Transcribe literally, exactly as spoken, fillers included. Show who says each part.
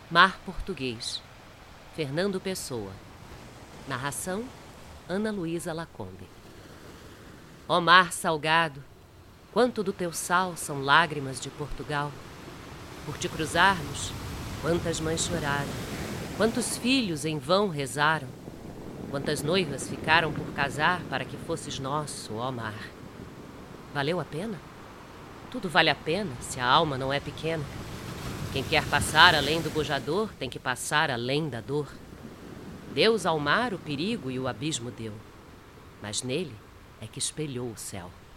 Speaker 1: Mar Português, Fernando Pessoa. Narração, Ana Luísa Lacombe. Ó mar salgado, quanto do teu sal são lágrimas de Portugal. Por te cruzarmos, quantas mães choraram, quantos filhos em vão rezaram, quantas noivas ficaram por casar para que fosses nosso, ó mar. Valeu a pena? Tudo vale a pena se a alma não é pequena. Quem quer passar além do bojador tem que passar além da dor. Deus ao mar o perigo e o abismo deu, mas nele é que espelhou o céu.